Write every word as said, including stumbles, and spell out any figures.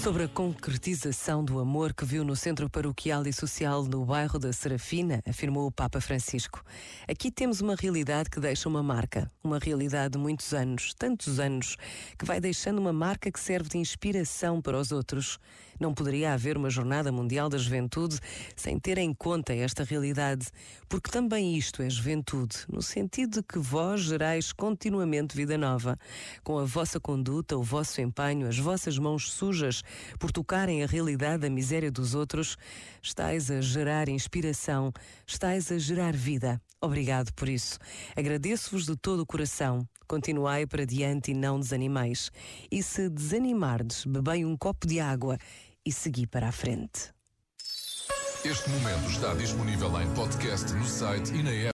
Sobre a concretização do amor que viu no Centro Paroquial e Social no bairro da Serafina, afirmou o Papa Francisco. Aqui temos uma realidade que deixa uma marca, uma realidade de muitos anos, tantos anos, que vai deixando uma marca que serve de inspiração para os outros. Não poderia haver uma Jornada Mundial da Juventude sem ter em conta esta realidade, porque também isto é juventude, no sentido de que vós gerais continuamente vida nova. Com a vossa conduta, o vosso empenho, as vossas mãos sujas, por tocarem a realidade da miséria dos outros, estais a gerar inspiração, estais a gerar vida. Obrigado por isso. Agradeço-vos de todo o coração. Continuai para diante e não desanimeis. E se desanimardes, bebei um copo de água e segui para a frente. Este momento está disponível em podcast no site e na app.